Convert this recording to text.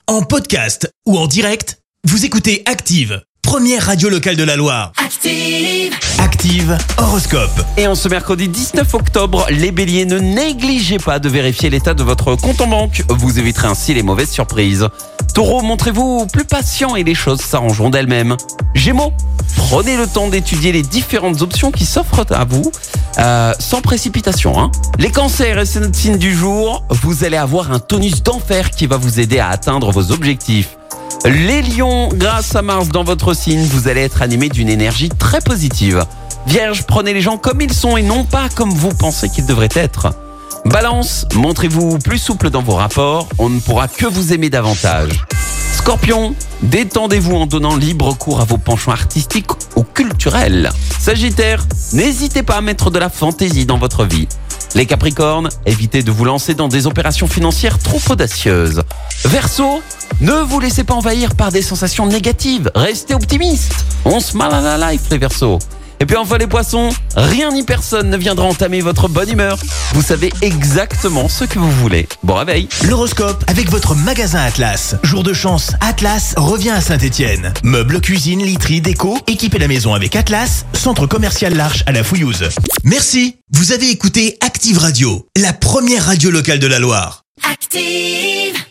En podcast ou en direct, vous écoutez Active, première radio locale de la Loire. Active, Active horoscope. Et en ce mercredi 19 octobre, les béliers, ne négligez pas de vérifier l'état de votre compte en banque. Vous éviterez ainsi les mauvaises surprises. Taureau, montrez-vous plus patient et les choses s'arrangeront d'elles-mêmes. Gémeaux, prenez le temps d'étudier les différentes options qui s'offrent à vous, sans précipitation. Les cancers, et c'est notre signe du jour, vous allez avoir un tonus d'enfer qui va vous aider à atteindre vos objectifs. Les lions, grâce à Mars dans votre signe, vous allez être animé d'une énergie très positive. Vierge, prenez les gens comme ils sont et non pas comme vous pensez qu'ils devraient être. Balance, montrez-vous plus souple dans vos rapports, on ne pourra que vous aimer davantage. Scorpion, détendez-vous en donnant libre cours à vos penchants artistiques ou culturels. Sagittaire, n'hésitez pas à mettre de la fantaisie dans votre vie. Les Capricornes, évitez de vous lancer dans des opérations financières trop audacieuses. Verseau, ne vous laissez pas envahir par des sensations négatives, restez optimiste. On se mal à la life les Verseaux. Et puis enfin les Poissons, rien ni personne ne viendra entamer votre bonne humeur. Vous savez exactement ce que vous voulez. Bon réveil. L'horoscope avec votre magasin Atlas. Jour de chance, Atlas revient à Saint-Étienne. Meubles, cuisine, literie, déco, équipez la maison avec Atlas, centre commercial L'Arche à la Fouillouse. Merci, vous avez écouté Active Radio, la première radio locale de la Loire. Active!